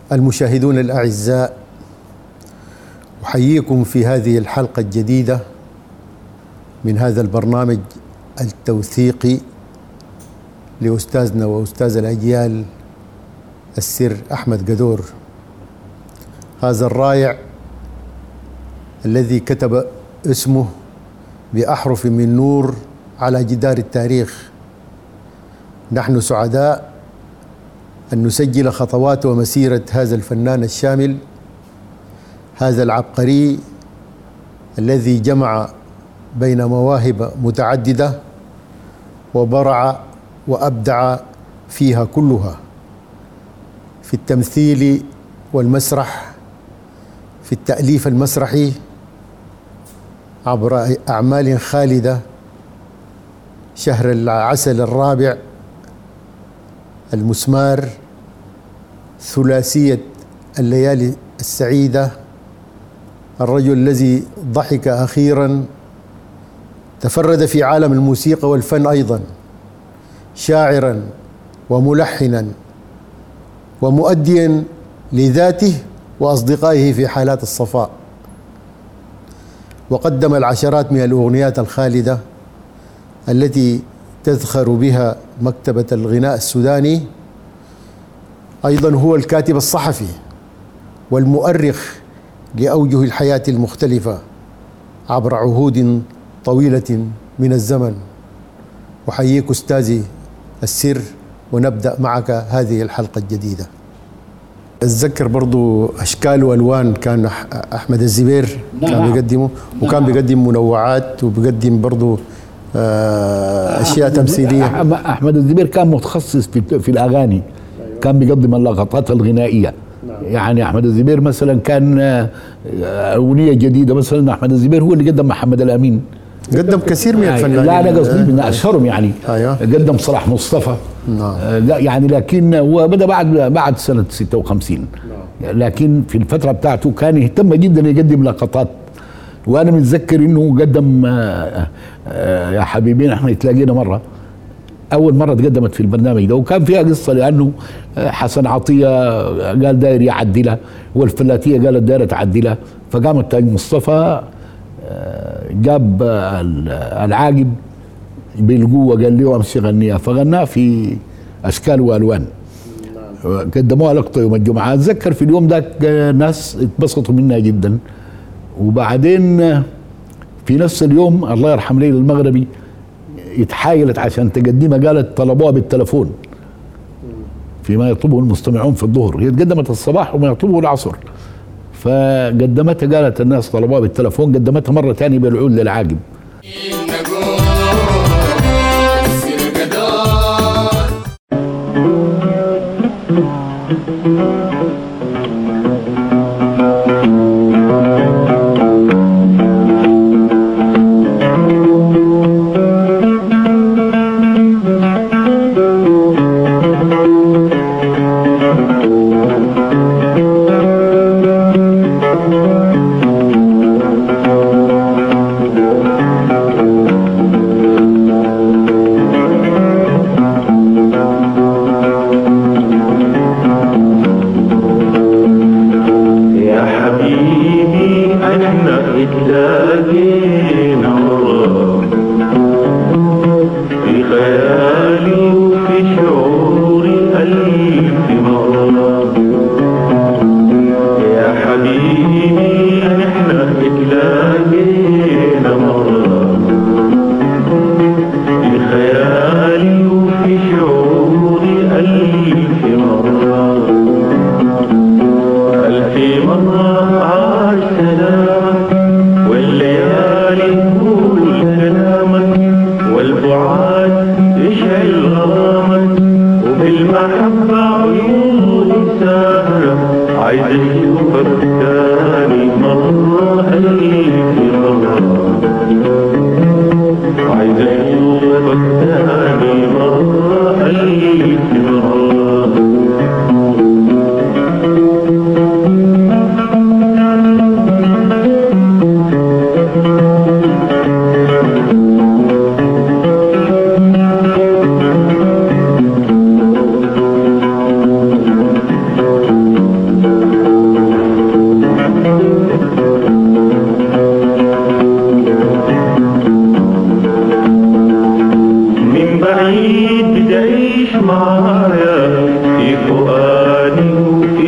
المشاهدون الأعزاء، أحييكم في هذه الحلقة الجديدة من هذا البرنامج التوثيقي لأستاذنا وأستاذ الأجيال السر أحمد قدور، هذا الرائع الذي كتب اسمه بأحرف من نور على جدار التاريخ. نحن سعداء أن نسجل خطوات ومسيرة هذا الفنان الشامل، هذا العبقري الذي جمع بين مواهب متعددة وبرع وأبدع فيها كلها، في التمثيل والمسرح، في التأليف المسرحي عبر أعمال خالدة: شهر العسل الرابع، المسمار، ثلاثية الليالي السعيدة، الرجل الذي ضحك أخيرا، تفرد في عالم الموسيقى والفن أيضا، شاعرا وملحنا ومؤديا لذاته وأصدقائه في حالات الصفاء، وقدم العشرات من الأغنيات الخالدة التي تذخر بها مكتبة الغناء السوداني. أيضا هو الكاتب الصحفي والمؤرخ لأوجه الحياة المختلفة عبر عهود طويلة من الزمن. أحييك أستاذي السر، ونبدأ معك هذه الحلقة الجديدة. أتذكر برضو أشكال وألوان كان أحمد الزبير كان بيقدمه، وكان بيقدم منوعات وبيقدم برضو أشياء تمثيلية. أحمد الزبير كان متخصص في الأغاني، كان بيقدم اللقطات الغنائية. يعني أحمد الزبير مثلا كان أغنية جديدة، مثلا أحمد الزبير هو اللي قدم محمد الأمين، قدم كثير من الفنانين. لا قصدي من أشهرهم يعني. قدم صلاح مصطفى. لا يعني، لكن هو بدأ بعد سنة 56. لكن في الفترة بتاعته كان يهتم جدا يقدم لقطات. وانا متذكر انه قدم يا حبيبين احنا تلاقينا مره، اول مره تقدمت في البرنامج ده، وكان فيها قصه لانه حسن عطيه قال داير يعدلها، والفلاتيه قالت داير تعدلها، فقام التاج مصطفى جاب العاقب بالقوه، قال له امشي غنيها، فغناها في اشكال والوان. قدموها لقطه يوم الجمعه. اتذكر في اليوم ده ناس اتبسطوا منها جدا. وبعدين في نفس اليوم الله يرحم ليلى المغربي اتحايلت عشان تقدمها، قالت طلبوها بالتلفون فيما يطلبه المستمعون في الظهر. هي تقدمت الصباح وما يطلبه العصر، فقدمتها، قالت الناس طلبوها بالتلفون، قدمتها مرة ثانية بالعود للعاقب.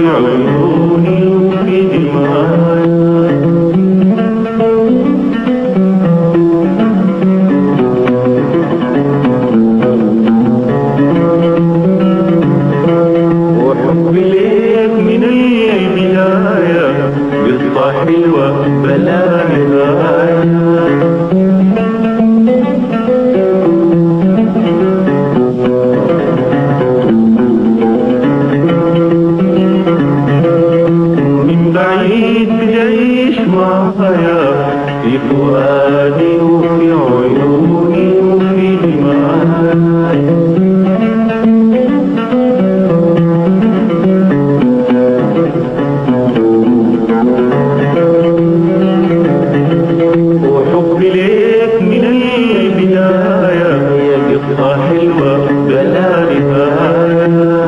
عيوني وفي دماغي وحبي ليك من البداية قصة حلوة بلا نهاية في فؤادي وفي عيوني وفي دماغي وحبي ليك من البداية هي قصة حلوة بلا نهاية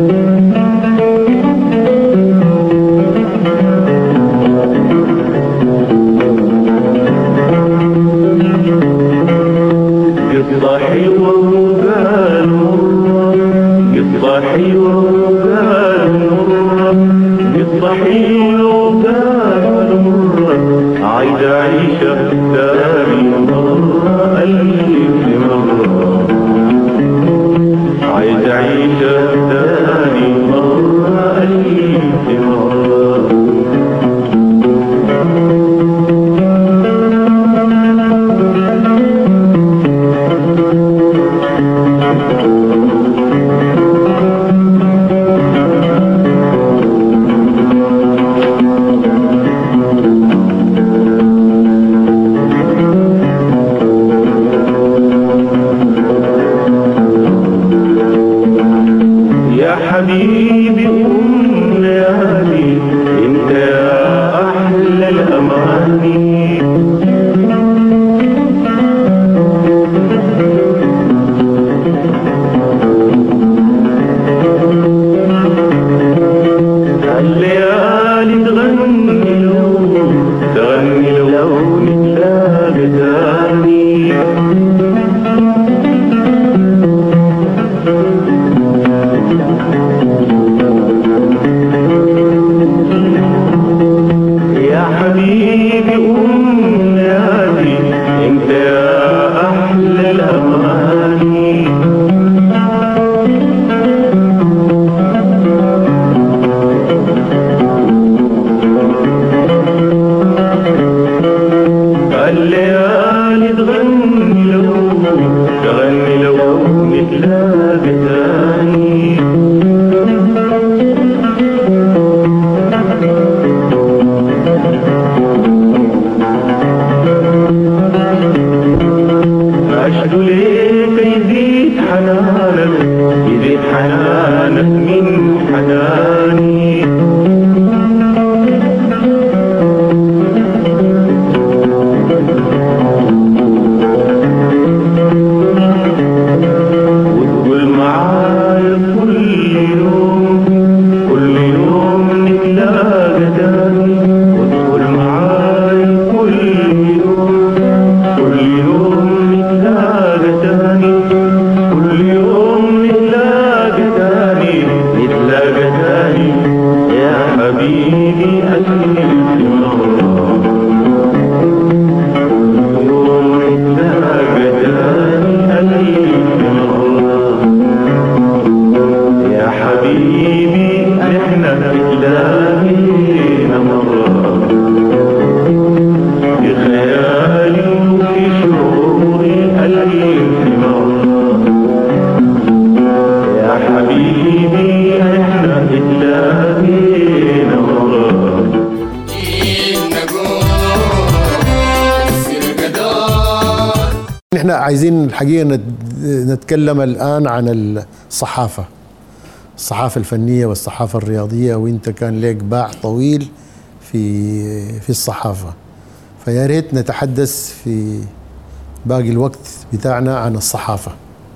قصة حلوة وقال مرة قصة حلوة وقال مرة قصة حلوة وقال مرة عايز أعيشها تاني مرة ألف مرة عايز أعيشها تاني مرة ألف مرة يا حبيبي قوم ليالي انت يا احلى الاماني الليالي تغني لو نتلاقى تاني يا حبيبي قوم نادي انت يا احلى الاماني الليالي تغني لو نتلاقى تاني أشهد ليك يزيد حنانك من حناني وتقول معايا كل يوم نتلاقى تاني وتقول معايا كل يوم نتلاقى تاني كل يوم نتلاقى تاني يا حبيبي ألف مرة كل يوم نتلاقى تاني ألف مرة يا حبيبي احنا تلاقينا مرة في خيالي وفي شعوري ألف مرة يا حبيبي احنا تلاقينا مرة نحن عايزين الحقيقة نتكلم الآن عن الصحافة الفنية والصحافة الرياضية، وانت كان لك باع طويل في الصحافة، فيا ريت نتحدث في باقي الوقت بتاعنا عن الصحافة.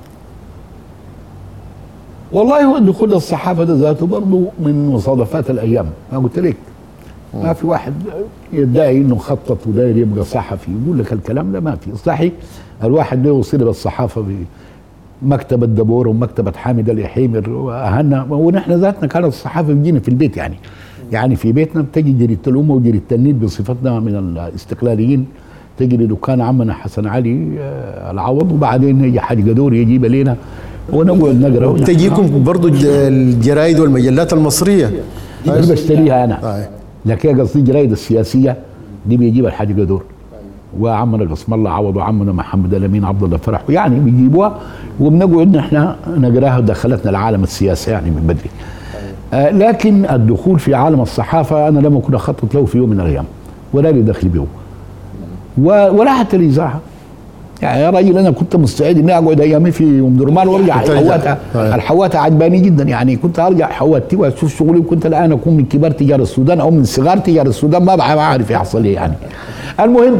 والله هو دخول الصحافة ده ذاته برضه من مصادفات الأيام. ما قلت لك ما في واحد يدعي انه خطط وداير يبقى صحفي يقول لك الكلام ده ما في. صحيح الواحد له صلة بالصحافة مكتبة دبور ومكتبة حامد اليحيمر وأهلنا، ونحن ذاتنا كانت الصحافة بتجينا في البيت يعني في بيتنا بتجي جريدة الأمة وجريدة النيل بصفتنا من الاستقلاليين، تجري دكان عمنا حسن علي العوض، وبعدين يجي حاج قدور يجيب لنا ونقعد نقرا. تجيكم برضو الجرايد والمجلات المصرية دي بشتريها أنا، لكن قصدي الجرايد السياسية دي بيجيبها الحاج قدور وعمنا قسم الله عوض وعمنا محمد الامين عبد الله فرح، يعني بيجيبوها وبنقعد نحن نقراها، ودخلتنا العالم السياسي يعني من بدري. لكن الدخول في عالم الصحافه انا لم اكن اخطط له في يوم من الايام، ولا لي دخل به ولا حتى الاذاعه. يعني يا راجل انا كنت مستعد اني اقعد ايامي في ام درمان وارجع حواتها. الحواتها عجباني جدا، يعني كنت ارجع حواتي واشوف شغلي، وكنت الان اكون من كبار تجار السودان او من صغار تجار السودان، ما بعرف يحصل ايه يعني. المهم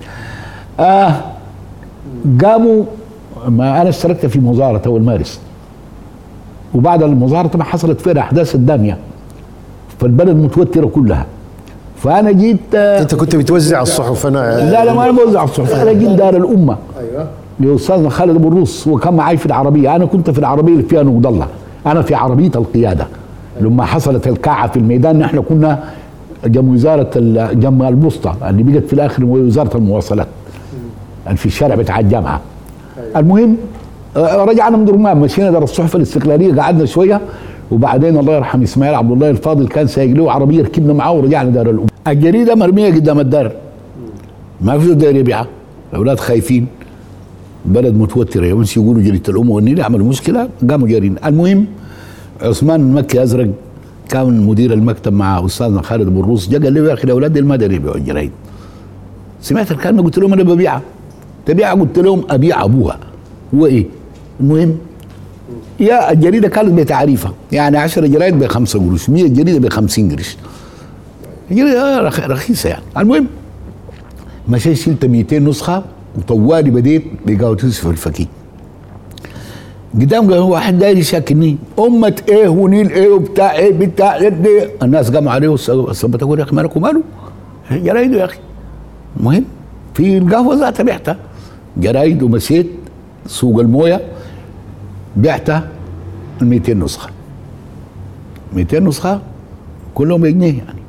قاموا، ما انا اشتركت في مظاهره اول مارس، وبعد المظاهره طبعا حصلت فيها احداث الداميه، فالبلد متوتره كلها. فانا جيت انت كنت بتوزع الصحف؟ انا لا ما انا بوزع الصحف، انا جيت دار الامه. ايوه لاستاذنا خالد ابو الروس، وكان معي في العربيه، انا كنت في العربيه اللي فيها نقد الله، انا في عربيه القياده. لما حصلت الكعه في الميدان نحن كنا جنب وزاره جنب البوسطه اللي بقت في الاخر وزاره المواصلات في الشارع بتاع الجامعه. المهم رجعنا من درمان، مشينا دار الصحف الاستقلاليه، قعدنا شويه، وبعدين الله يرحم اسماعيل عبد الله الفاضل كان سايق له عربيه، ركبنا معاه ورجعنا دار الام. الجريده مرميه قدام الدار، ما في داير يبيعها، الاولاد خايفين، بلد متوتره، يمشي يقولوا جريده الام والنيل يعملوا مشكله، قاموا جارين. المهم عثمان المكي ازرق كان مدير المكتب مع استاذنا خالد ابو الروس، جا قال لي يا اخي الاولاد ما دايرين يبيعوا الجرايد. سمعت الكلمه قلت لهم انا ببيعها. تبيعها؟ قلت لهم ابيع ابوها. هو ايه؟ المهم يا الجريده كانت بتعريفها، يعني 10 جرايد ب5 قروش، 100 جريده ب50 قرش. جريده رخيصه يعني. المهم مشيت شلت 200 نسخه، وطوالي بديت بقهوه يوسف الفكي. قدام قال واحد داير يشاكلني، امه ايه ونيل ايه وبتاع ايه بتاع ايه. الناس قاموا عليه وثبت، اقول يا اخي مالك وماله؟ جرايد يا اخي. المهم في القهوه ذاتها بعتها جرايد، ومشيت سوق المويه بعتها 200 نسخه. 200 نسخه كلهم بجنيه يعني.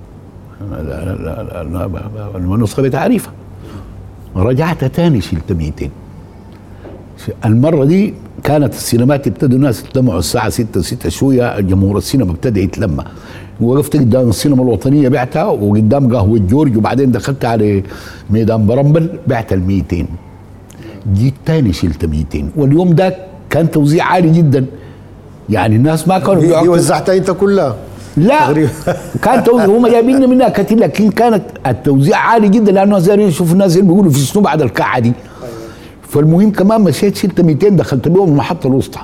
النسخه بتعريفها. رجعت تاني شلت 200. المره دي كانت السينمات ابتدوا الناس يتلمعوا الساعه 6 شويه، جمهور السينما ابتدى يتلمع. وقفت قدام السينما الوطنيه بعتها، وقدام قهوه جورج، وبعدين دخلت على ميدان برمبل بعت ال 200. جيت تاني شلت 200، واليوم ده كان توزيع عالي جدا، يعني الناس ما كانوا دي وزعتها انت كلها؟ لا كان توزيع، هم جايبين منها كتير، لكن كانت التوزيع عالي جدا، لانه زي يشوفوا الناس اللي بيقولوا في شنو بعد الكعه دي. فالمهم كمان مشيت شلت 200، دخلت بيهم المحطه الوسطى،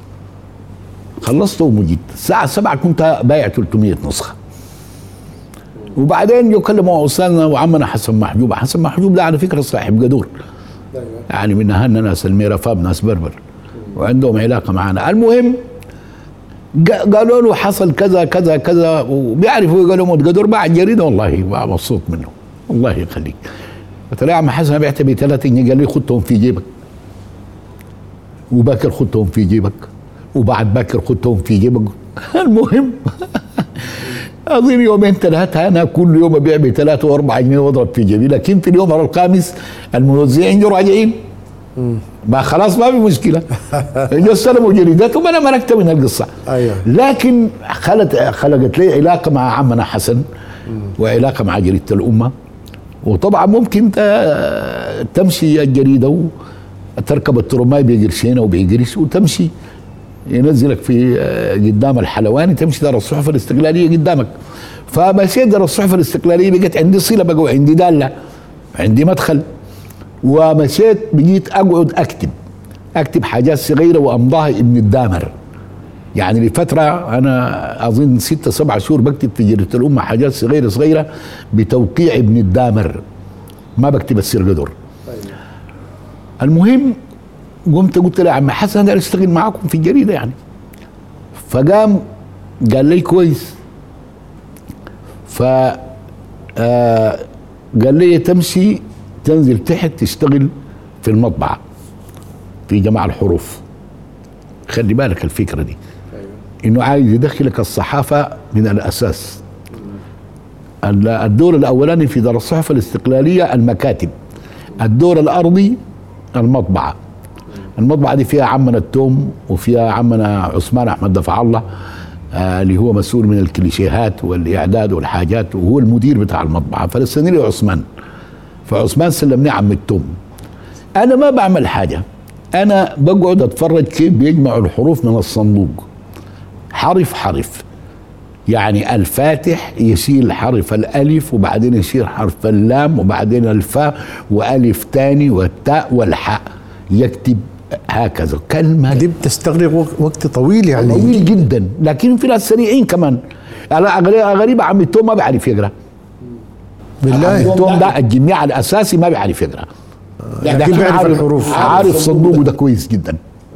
خلصتهم وجيت الساعه 7 كنت بايع 300 نسخه. وبعدين يكلموا استاذنا وعمنا حسن محجوب. حسن محجوب ده على فكره صاحب قدور، يعني من اهلنا ناس الميرفاب، ناس بربر، وعندهم علاقه معنا. المهم قالوا له حصل كذا كذا كذا، وبيعرفوا قالوا موت قدور بعد جريده، والله مبسوط منه الله يخليك. قلت له يا عم حسن بعت ب 3 جنيه، قال لي خدتهم في جيبك، وباكر خدتهم في جيبك، وبعد باكر خدتهم في جيبك. المهم اظن يومين 3 انا كل يوم ابيع ب 3 و4 جنيه واضرب في جيبي، لكن في اليوم الخامس الموزعين جو راجعين، ما خلاص ما في مشكله، جو استلموا جريدتهم، انا ملكت من القصه. ايوه. لكن خلقت لي علاقه مع عمنا حسن، وعلاقه مع جريده الامه. وطبعا ممكن تمشي الجريده وتركب الترماي بقرشين او بقرش وتمشي، ينزلك في قدام الحلواني، تمشي دار الصحف الاستقلاليه قدامك. فمشيت دار الصحف الاستقلاليه، بقت عندي صله بقى، وعندي داله، عندي مدخل. ومشيت بقيت اقعد اكتب حاجات صغيره وامضاها ابن الدامر. يعني لفتره انا اظن 6-7 شهور بكتب في جريده الامه حاجات صغيره بتوقيع ابن الدامر، ما بكتب السير قدر. المهم قلت له يا عم حسن انا اشتغل معاكم في الجريده يعني. فقام قال لي كويس. قال لي تمشي تنزل تحت تشتغل في المطبعه في جماع الحروف، خلي بالك الفكرة دي، انه عايز يدخلك الصحافة من الاساس. الدور الاولاني في دار الصحف الاستقلالية المكاتب، الدور الارضي المطبعة. المطبعة دي فيها عمنا التوم وفيها عمنا عثمان احمد دفع الله، اللي هو مسؤول من الكليشيهات والاعداد والحاجات، وهو المدير بتاع المطبعة. فلسني لي عثمان، فعثمان سلمني عم التوم. انا ما بعمل حاجة، انا بقعد اتفرج كيف بيجمعوا الحروف من الصندوق حرف حرف. يعني الفاتح يشيل حرف الالف وبعدين يشيل حرف اللام وبعدين الفاء والف تاني والتاء والحاء، يكتب هكذا كلمة. دي بتستغرق وقت طويل يعني، طويل جدا، لكن في ناس سريعين كمان. غريبة عم التوم ما بيعرف يقرا بالله. التوم ده الجميع الاساسي ما بيعرف يقرا، لكن بيعرف الحروف، عارف صندوقه ده كويس جدا.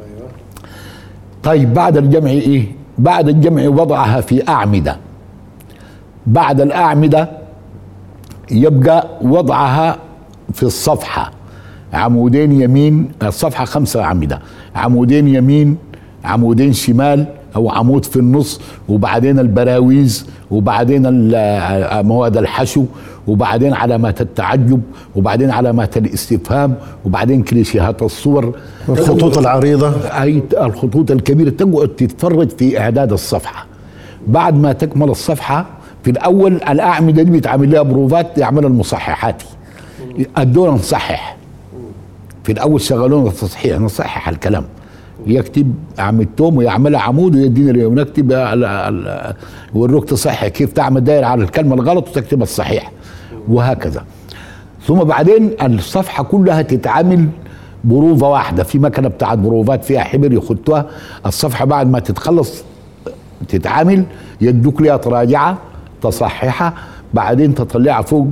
طيب بعد الجمع ايه؟ بعد الجمع وضعها في أعمدة. بعد الأعمدة يبقى وضعها في الصفحة، عمودين يمين، الصفحة 5 أعمدة، عمودين يمين عمودين شمال أو عمود في النص، وبعدين البراويز، وبعدين مواد الحشو، وبعدين علامات التعجب، وبعدين علامات الاستفهام، وبعدين كليشيهات الصور، الخطوط العريضة، أي الخطوط الكبيرة. تقعد تتفرج في إعداد الصفحة. بعد ما تكمل الصفحة، في الأول الأعمدة دي بيتعمل لها بروفات يعمل المصححات، الدور نصحح. في الأول شغلونا التصحيح، نصحح الكلام، يكتب عم التوم ويعملها عمود ويدينا ليه، ونكتب وروك تصحح كيف تعمل داير على الكلمة الغلط وتكتب الصحيح، وهكذا. ثم بعدين الصفحة كلها تتعمل بروفة واحدة، في مكنة بتاعت بروفات فيها حبر يخطوها. الصفحة بعد ما تتخلص تتعمل، يدوك ليها تراجعة تصححها، بعدين تطلعها فوق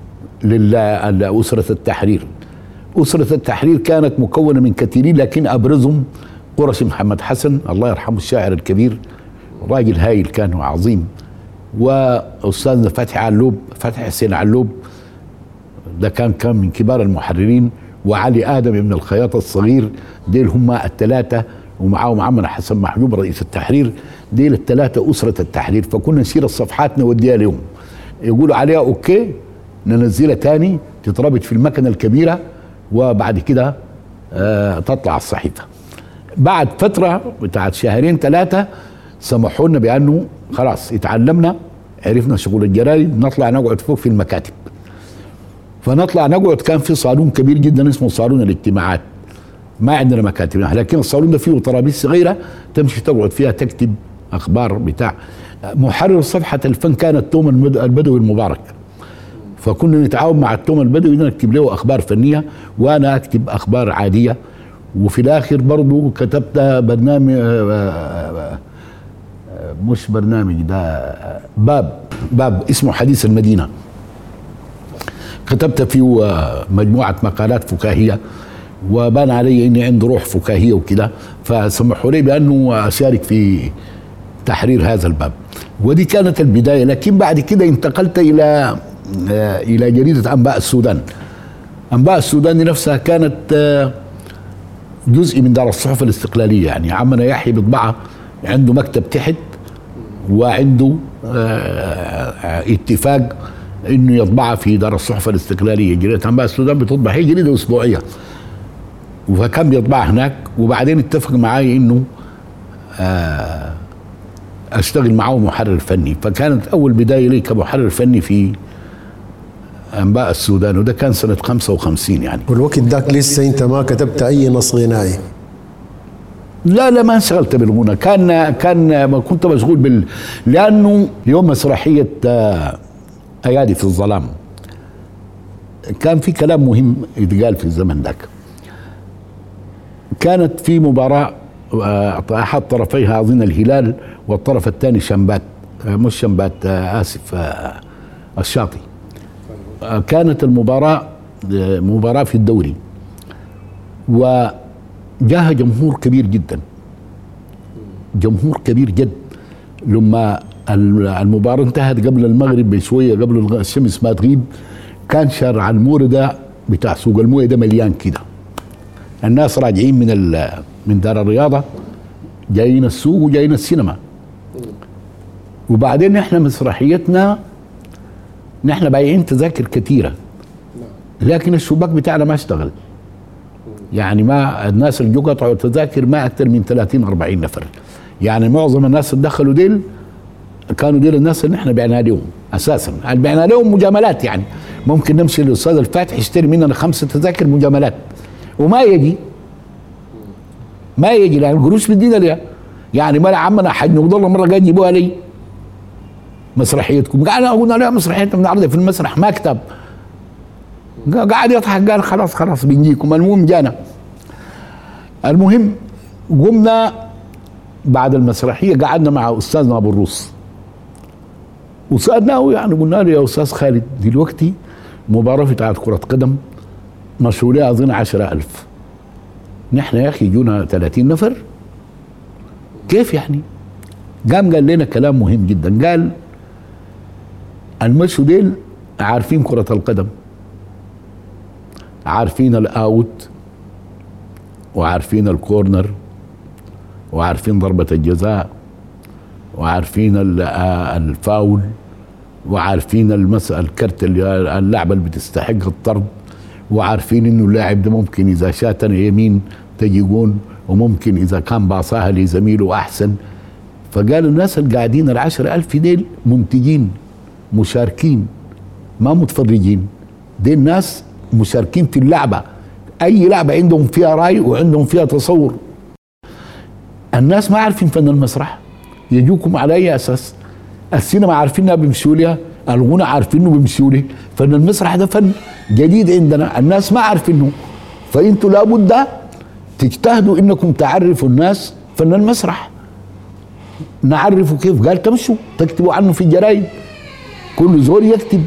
لأسرة التحرير. أسرة التحرير كانت مكونة من كثيرين، لكن أبرزهم قرشي محمد حسن الله يرحمه الشاعر الكبير، راجل هايل كان وعظيم، وأستاذنا فتحي علوب، فتحي حسين علوب ده كان من كبار المحررين، وعلي آدم ابن الخياط الصغير. ديل هم الثلاثة، ومعاهم عمنا حسن محجوب رئيس التحرير. ديل الثلاثة أسرة التحرير. فكنا نشيل الصفحات نوديها لهم، يقولوا عليها أوكي، ننزلها تاني تتربط في المكنة الكبيرة، وبعد كده تطلع الصحيفة. بعد فترة بتاعت 2-3 سمحوا لنا بأنه خلاص اتعلمنا، عرفنا شغل الجرايد، نطلع نقعد فوق في المكاتب. فنطلع نقعد، كان في صالون كبير جدا اسمه صالون الاجتماعات، ما عندنا مكاتب، لكن الصالون ده فيه ترابيز صغيرة تمشي تقعد فيها تكتب أخبار بتاع. محرر صفحة الفن كان التوم البدوي المبارك، فكنا نتعاون مع التوم البدوي نكتب له أخبار فنية، وأنا أكتب أخبار عادية. وفي الآخر برضو كتبت برنامج، مش برنامج ده، باب اسمه حديث المدينة، كتبت فيه مجموعة مقالات فكاهية، وبان علي اني عندي روح فكاهية وكده، فسمحوا لي بانه اشارك في تحرير هذا الباب. ودي كانت البداية. لكن بعد كده انتقلت الى جريدة انباء السودان. انباء السودان دي نفسها كانت جزء من دار الصحف الاستقلالية. يعني عمنا يحيى بطبعة عنده مكتب تحت، وعنده اتفاق انه يطبعها في دار الصحف الاستقلالية. جريدة انباء السودان بتطبع، هي جريدة اسبوعية، فكان بيطبعها هناك. وبعدين اتفق معي انه اشتغل معه محرر فني، فكانت اول بداية لي كمحرر فني في انباء السودان، وده كان سنة 55 يعني. والوقت ذاك لسه انت ما كتبت اي نص غنائي؟ لا ما انشغلت بالغنى، كان ما كنت مشغول لانه يوم مسرحية ايادي في الظلام كان في كلام مهم يتقال في الزمن ذاك. كانت في مباراة احد طرفيها اظن الهلال، والطرف الثاني شمبات، مش شمبات، اسف، الشاطئ. كانت المباراة مباراة في الدوري، وجاها جمهور كبير جدا، جمهور كبير جد. لما المباراة انتهت قبل المغرب بشوية، قبل الشمس ما تغيب، كان شارع الموردة بتاع سوق المويه ده مليان كده، الناس راجعين من دار الرياضة جايين السوق وجايين السينما. وبعدين احنا مسرحيتنا نحن بايعين تذاكر كثيره، لكن الشباك بتاعنا ما اشتغل. يعني ما الناس اللي جو قطعوا تذاكر ما اكثر من 30 40 نفر. يعني معظم الناس اللي دخلوا ديل كانوا ديل الناس اللي نحن بعناها لهم اساسا، يعني بعناها لهم مجاملات. يعني ممكن نمشي للاستاذ الفاتح يشتري مننا 5 تذاكر مجاملات وما يجي لان القروش بدينا لها. يعني ما عمنا حاج نقدر مره قاعد يجيبوها لي مسرحيتكم، قلنا له مسرحيتنا بنعرضها في المسرح ما كتب، قاعد يضحك قال خلاص بنجيكم. المهم جانا. المهم قمنا بعد المسرحيه قعدنا مع استاذنا ابو الروس وسالناه، يعني قلنا له يا استاذ خالد دلوقتي مباراه بتاعت كره قدم مشروع لها اظن 10,000، نحن يا اخي جونا 30 نفر كيف يعني؟ قام قال لنا كلام مهم جدا، قال المشوا ديل عارفين كرة القدم، عارفين الاوت وعارفين الكورنر وعارفين ضربة الجزاء وعارفين الفاول وعارفين الكرت اللعبة اللي بتستحق الطرد، وعارفين انه اللاعب ده ممكن اذا شاتنا يمين تجي جون، وممكن اذا كان باصاها لزميله احسن. فقال الناس اللي قاعدين 10,000 ديل منتجين مشاركين ما متفرجين، دي الناس مشاركين في اللعبة، اي لعبة عندهم فيها رأي وعندهم فيها تصور. الناس ما عارفين فن المسرح، يجوكم على اي اساس؟ السينما عارفينها بيمشوا لها، الغنى عارفينه بيمشوا له، فن المسرح ده فن جديد عندنا الناس ما عارفينه، فانتوا لابد تجتهدوا انكم تعرفوا الناس فن المسرح. نعرفه كيف؟ قال تمشوا تكتبوا عنه في الجرايد، كل زول يكتب،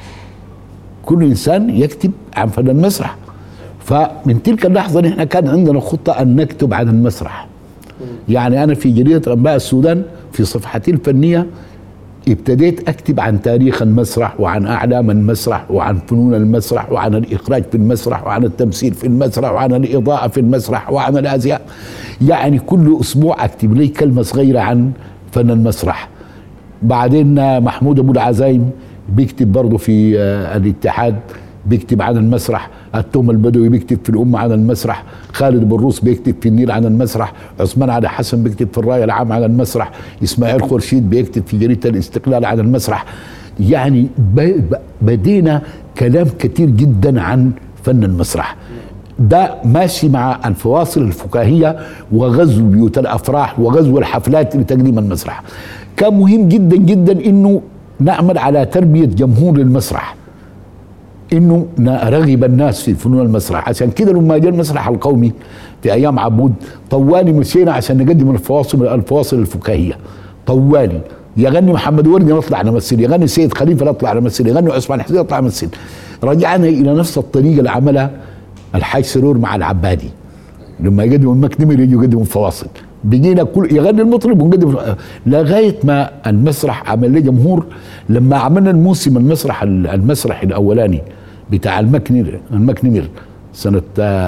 كل انسان يكتب عن فن المسرح. فمن تلك اللحظه نحن كان عندنا خطه ان نكتب عن المسرح. يعني انا في جريده انباء السودان في صفحتي الفنيه ابتديت اكتب عن تاريخ المسرح وعن اعلام المسرح وعن فنون المسرح وعن الاخراج في المسرح وعن التمثيل في المسرح وعن الاضاءه في المسرح وعن الازياء. يعني كل اسبوع اكتب لي كلمه صغيره عن فن المسرح. بعدين محمود ابو العزايم بيكتب برضه في الاتحاد، بيكتب عن المسرح، التوم البدوي بيكتب في الأمة عن المسرح، خالد بن روس بيكتب في النيل عن المسرح، عثمان علي حسن بيكتب في الراية العام عن المسرح، إسماعيل خورشيد بيكتب في جريدة الاستقلال عن المسرح. يعني بدينا كلام كتير جدا عن فن المسرح. ده ماشي مع الفواصل الفكاهية وغزو بيوت الأفراح وغزو الحفلات لتقديم المسرح. كان مهم جدا جدا إنه نعمل على تربية جمهور المسرح، انه رغب الناس في فنون المسرح. عشان كده لما جاء المسرح القومي في ايام عبود طوالي مشينا عشان نقدم الفواصل الفكاهيه. طوالي يغني محمد وردي نطلع نمثل، يغني سيد خليفه نطلع نمثل، يغني عثمان حسين نطلع نمثل. رجعنا الى نفس الطريقه اللي عملها الحاج سرور مع العبادي، لما يقدموا المكنمر يجوا يقدموا الفواصل، بيجينا كل يغني المطرب ونقدم لغايه ما المسرح عمل له جمهور. لما عملنا الموسم المسرح الاولاني بتاع المكنمر سنه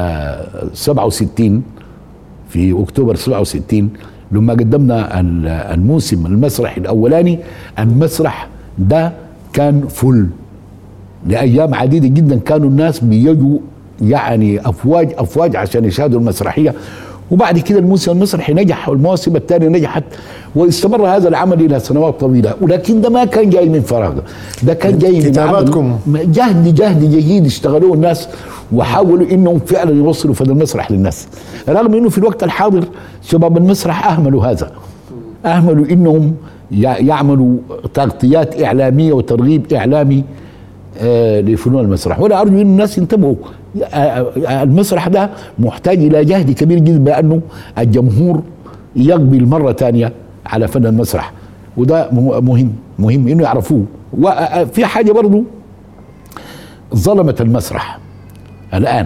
67 في اكتوبر 67، لما قدمنا الموسم المسرحي الاولاني، المسرح ده كان فل لايام عديده جدا. كانوا الناس بيجوا يعني افواج عشان يشاهدوا المسرحيه. وبعد كده الموسم المسرحي نجح والمواسم الثانيه نجحت، واستمر هذا العمل الى سنوات طويله. ولكن ده ما كان جاي من فراغ، ده كان جاي من كتاباتكم، جهد جيد اشتغلوه الناس وحاولوا انهم فعلا يوصلوا فن المسرح للناس، رغم انه في الوقت الحاضر شباب المسرح اهملوا هذا، اهملوا انهم يعملوا تغطيات اعلاميه وترغيب اعلامي لفنون المسرح. وانا ارجو ان الناس ينتبهوا، المسرح ده محتاج الى جهد كبير جدا بانه الجمهور يقبل مره ثانيه على فن المسرح، وده مهم انه يعرفوه. وفي حاجه برضو ظلمت المسرح الان،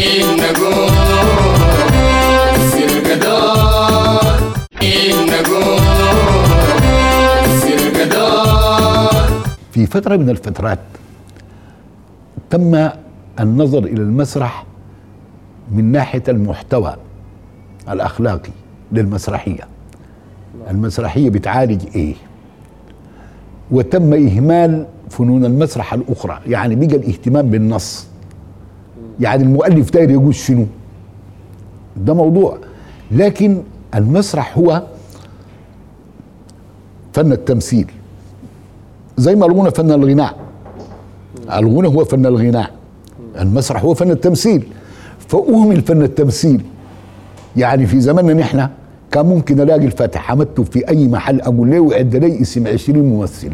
في فتره من الفترات تم النظر الى المسرح من ناحيه المحتوى الاخلاقي للمسرحية. المسرحية بتعالج ايه؟ وتم اهمال فنون المسرح الاخرى، يعني بقى الاهتمام بالنص، يعني المؤلف داير يقول شنو، ده موضوع. لكن المسرح هو فن التمثيل، زي ما الغنى فن الغناء. الغنى هو فن الغناء، المسرح هو فن التمثيل. فأهمل فن التمثيل. يعني في زماننا نحن كان ممكن الاقي الفاتح عمدته في اي محل اقول له عد لي اسم 20 ممثل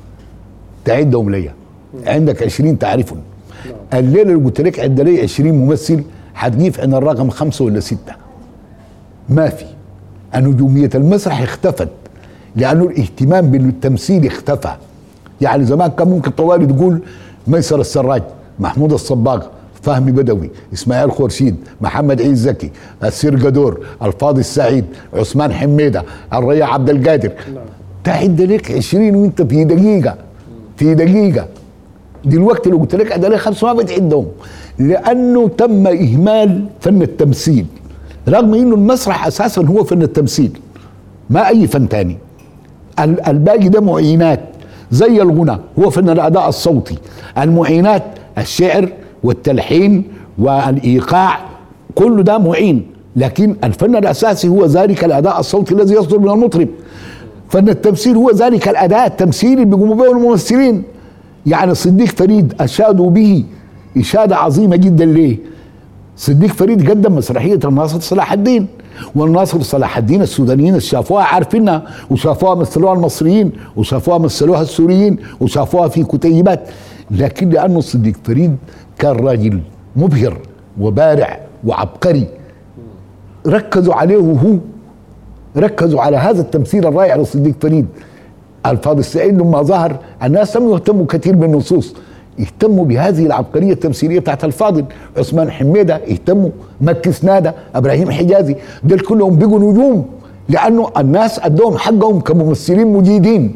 تعدهم لي، عندك 20 تعرفهم. الليله اللي قلت لك عد لي 20 ممثل هتجيب عن الرقم 5 ولا 6. ما في. نجوميه المسرح اختفت لانه الاهتمام بالتمثيل اختفى. يعني زمان كان ممكن طوالي تقول ميسر السراج، محمود الصباغ، فهمي بدوي، اسماعيل خورشيد، محمد عيد زكي، السير قدور، الفاضي السعيد، عثمان حميده، الريا عبد القادر. تعد لك 20 وانت في دقيقه، في دقيقه. دلوقتي لو قلت لك عد لك 5 ما بتعدهم، لانه تم اهمال فن التمثيل، رغم انه المسرح اساسا هو فن التمثيل ما اي فن تاني. الباقي ده معينات، زي الغنى هو فن الاداء الصوتي، المعينات الشعر والتلحين والايقاع كل ده معين، لكن الفن الاساسي هو ذلك الاداء الصوتي الذي يصدر من المطرب. فن التمثيل هو ذلك الاداء التمثيلي اللي بيقوموا به الممثلين. يعني صديق فريد اشادوا به اشاده عظيمه جدا. ليه؟ صديق فريد قدم مسرحيه الناصر صلاح الدين، والناصر صلاح الدين السودانيين شافوها عارفينها، وشافوها مثلوها المصريين، وشافوها مثلوها السوريين، وشافوها في كتيبات. لكن لانه صديق فريد كان راجل مبهر وبارع وعبقري، ركزوا عليه وهو ركزوا على هذا التمثيل الرائع لصديق فريد. الفاضي السعيد لما ظهر الناس لم يهتموا كثير بالنصوص، يهتموا بهذه العبقريه التمثيليه بتاعت الفاضل. عثمان حميده يهتموا، مكي سناده، ابراهيم حجازي، دول كلهم بقوا نجوم لانه الناس ادوهم حقهم كممثلين مجيدين.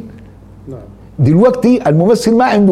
دلوقتي الممثل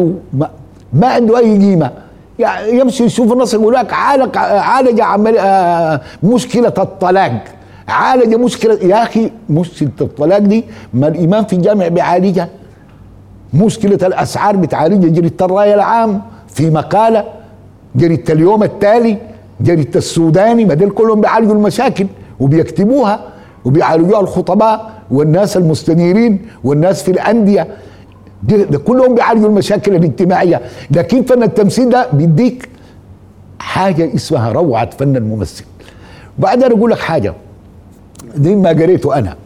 ما عنده اي قيمه، يعني يمشي يشوف الناس يقول لك عالج مشكله الطلاق، عالج مشكله. يا اخي مشكله الطلاق دي ما الامام في الجامع بيعالجها، مشكله الاسعار بتعالجها جريده الراي العام في مقاله، جريده اليوم التالي، جريده السوداني، ما دول كلهم بيعالجوا المشاكل وبيكتبوها وبيعالجوها الخطباء والناس المستنيرين والناس في الانديه، ده كلهم بيعالجوا المشاكل الاجتماعيه. لكن فن التمثيل ده بيديك حاجه اسمها روعه فن الممثل. بعدين اقول لك حاجه دي ما قريته انا،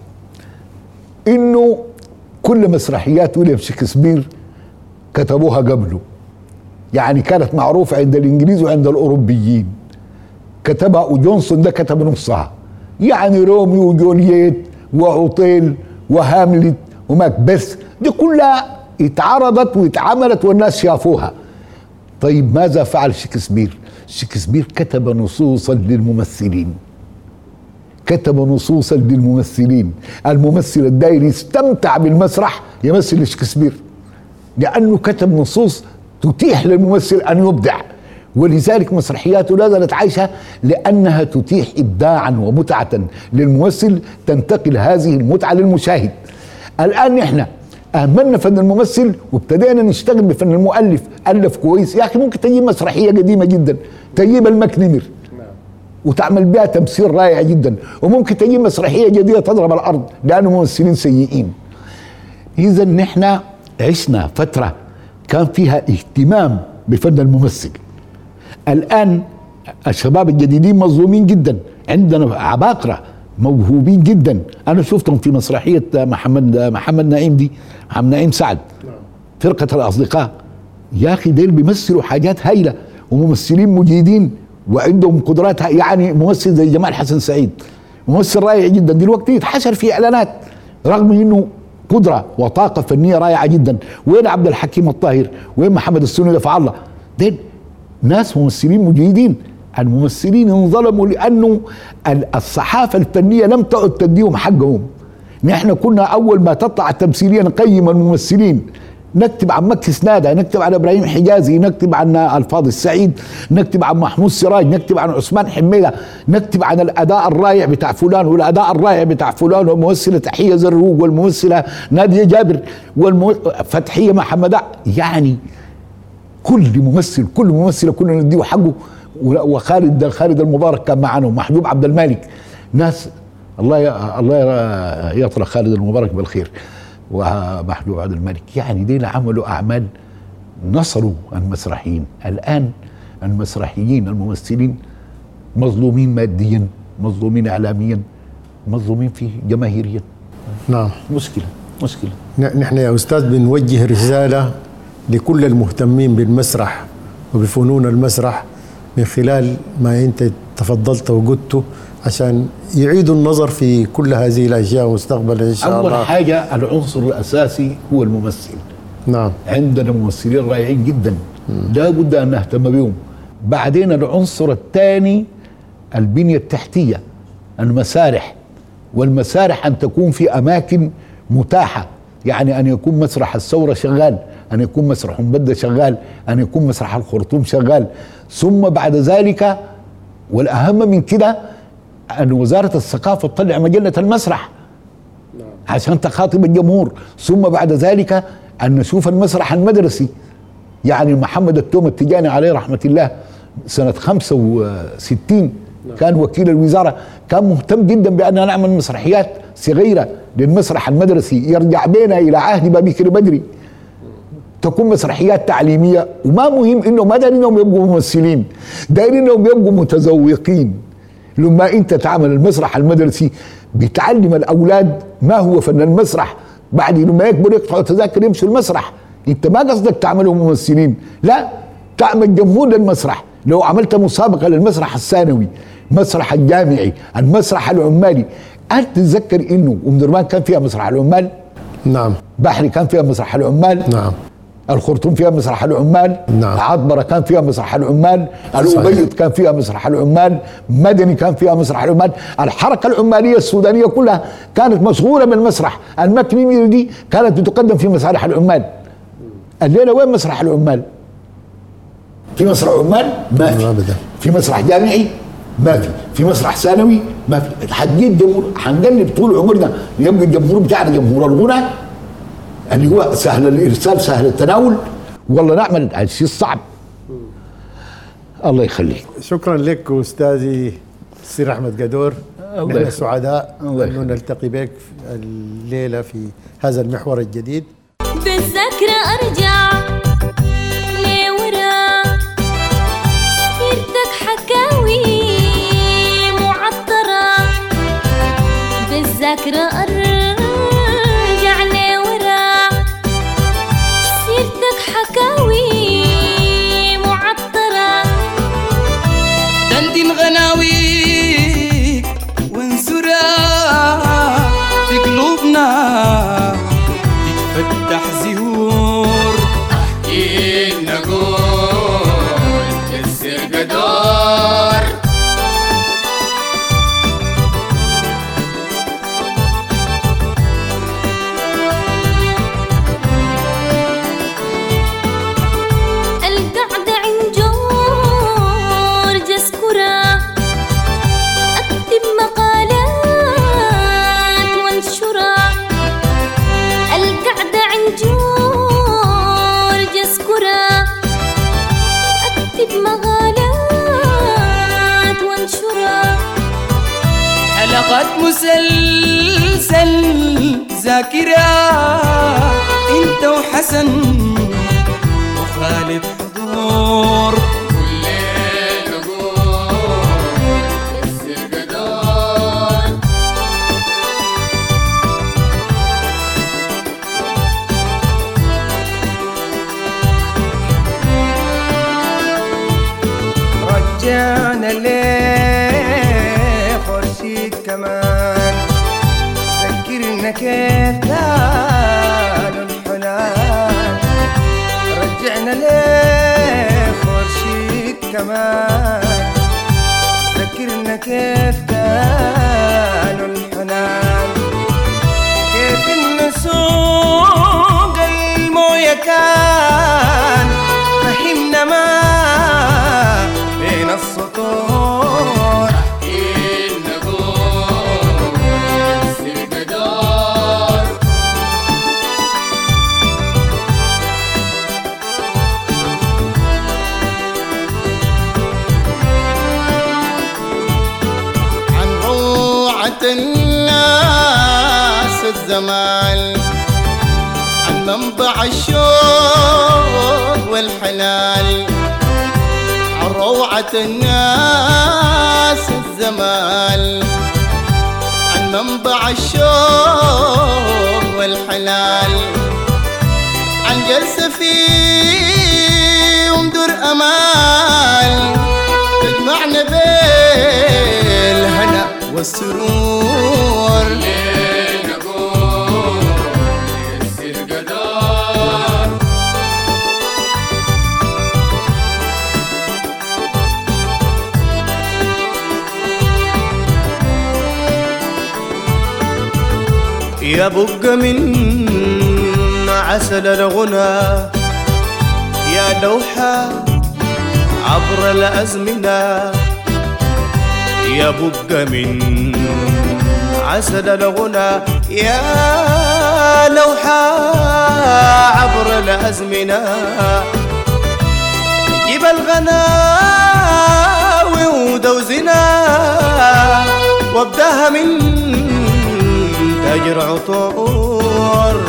انه كل مسرحيات ويليام شكسبير كتبوها قبله، يعني كانت معروفه عند الانجليز وعند الاوروبيين، كتبها وجونسون ده كتب نصها، يعني روميو وجولييت وعطيل وهاملت وماكبث دي كلها اتعرضت واتعملت والناس شافوها. طيب ماذا فعل شكسبير؟ شكسبير كتب نصوصا للممثلين، كتب نصوصا للممثلين. الممثل الداير يستمتع بالمسرح يمثل شكسبير، لأنه كتب نصوص تتيح للممثل أن يبدع، ولذلك مسرحياته لا زالت عايشة لأنها تتيح إبداعا ومتعة للممثل، تنتقل هذه المتعة للمشاهد. الآن نحن أهملنا فن الممثل وابتدينا نشتغل بفن المؤلف. ألف كويس يا أخي، ممكن تجيب مسرحية قديمة جدا تجيب المكنمر وتعمل بها تمثيل رائع جدا، وممكن تجيب مسرحية جديدة تضرب الأرض لأنه ممثلين سيئين. إذا نحن عشنا فترة كان فيها اهتمام بفن الممثل. الآن الشباب الجديدين مظلومين جدا، عندنا عباقرة موهوبين جدا. أنا شفتهم في مسرحية محمد نعيم دي، محمد نعيم سعد، فرقة الأصدقاء. يا أخي ديل بيمثلوا حاجات هايلة وممثلين مجيدين وعندهم قدرات. يعني ممثل زي جمال حسن سعيد ممثل رائع جدا، دلوقتي يتحشر في إعلانات رغم إنه قدرة وطاقة فنية رائعة جدا. وين عبد الحكيم الطاهر؟ وين محمد السني دفع الله؟ ديل ناس ممثلين مجيدين. الممثلين انظلموا لأنه الصحافة الفنية لم تعد تديهم حقهم. نحن كنا أول ما تطلع التمثيلية نقيم الممثلين نكتب عن مكي سنادة، نكتب عن ابراهيم حجازي، نكتب عن الفاضل السعيد، نكتب عن محمود سراج، نكتب عن عثمان حميدة، نكتب عن الاداء الرائع بتاع فلان والاداء الرائع بتاع فلان، والممثله تحيه زروق، والممثله ناديه جابر، فتحيه محمد، يعني كل ممثله كلنا نديه حقه. وخالد المبارك كان معنا، ومحجوب عبد المالك، ناس الله يطرح خالد المبارك بالخير ومحجوب عبد المالك. يعني ديل عملوا اعمال نصروا المسرحيين. الان المسرحيين الممثلين مظلومين ماديا، مظلومين اعلاميا، مظلومين فيه جماهيريا. نعم، مشكله. نحن يا استاذ بنوجه رساله لكل المهتمين بالمسرح وبفنون المسرح من خلال ما انت تفضلت وقلته، عشان يعيدوا النظر في كل هذه الاشياء مستقبلا ان شاء الله. اول حاجه العنصر الاساسي هو الممثل. نعم، عندنا ممثلين رائعين جدا لا بد ان نهتم بهم. بعدين العنصر الثاني البنيه التحتيه، المسارح، والمسارح ان تكون في اماكن متاحه، يعني ان يكون مسرح الثوره شغال، ان يكون مسرح مبدة شغال، ان يكون مسرح الخرطوم شغال. ثم بعد ذلك والاهم من كده ان وزاره الثقافه تطلع مجله المسرح عشان تخاطب الجمهور. ثم بعد ذلك ان نشوف المسرح المدرسي، يعني محمد التوم التجاني عليه رحمه الله سنه 65 كان وكيل الوزاره، كان مهتم جدا بان نعمل مسرحيات صغيره للمسرح المدرسي يرجع بينا الى عهد بكر بدري، تكون مسرحيات تعليميه. وما مهم انه ما دايرين انهم يبقوا ممثلين، دايرين انهم يبقوا متذوقين. لما انت تعمل المسرح المدرسي بتعلم الاولاد ما هو فن المسرح، بعد لما يكبر يقطعوا تذاكر يمشوا المسرح. انت ما قصدك تعملهم ممثلين، لا، تعمل جمهور للمسرح. لو عملت مسابقه للمسرح الثانوي، مسرح الجامعي، المسرح العمالي، هل تتذكر انه ام درمان كان فيها مسرح العمال؟ نعم. بحري كان فيها مسرح العمال؟ نعم. الخرطوم فيها مسرح العمال؟ نعم. عطبرة كان فيها مسرح العمال، الأبيض كان فيها مسرح العمال، مدني كان فيها مسرح العمال، الحركة العمالية السودانية كلها كانت مشغولة بالمسرح. المكرمية دي كانت بتقدم في مسارح العمال. الليلة وين مسرح العمال؟ في مسرح عمال؟ ما في. أبدا. في مسرح جامعي؟ ما في. في مسرح ثانوي؟ ما في. حنجيب جمهور، حنقلب طول عمرنا يبقى الجمهور بتاعنا جمهور الغنى اللي هو سهل الارسال سهل التناول، والله نعمل الشيء الصعب. الله يخليك. شكرا لك استاذي السير احمد قدور، نحن سعداء انه نلتقي بك الليله في هذا المحور الجديد. بالذكرى ارجع لورا، سيرتك حكاوي معطره، بالذكرى ارجع لورا، سيرتك حكاوي معطره، دندن غناويك وانسرا في قلوبنا تتفتح زهور، احكي نقول السر قدور، القعدة عند جورج اسكرة، اكتب مقالات وانشرها، القعدة عند جورج اسكرة، اكتب مقالات وانشرها، حلقات مسلسل ذاكرة، انت وحسن وخالد حضور، كل ليل نقول السر قدور، رجعنا ليه خورشيد كمان، ذكرنا كيف كانوا الحنان، رجعنا ليه خورشيد كمان، ذكرنا كيف كانوا الحنان، كيف النسوق المويه الأحزان فهمنا ما بين السطور. عن روعة الناس الزمان، عن منبع الشوق والحلال، عن روعة الناس الزمان، عن منبع الشوق والحلال، عن جلسة في ومدر أمال تجمعنا بالهنا والسرور. يا بقى من عسل الغنى، يا لوحة عبر الأزمنة، يا بقى من عسل الغنى، يا لوحة عبر الأزمنة، جيب الغناوي ودوزنا وابداها من تاج عطور.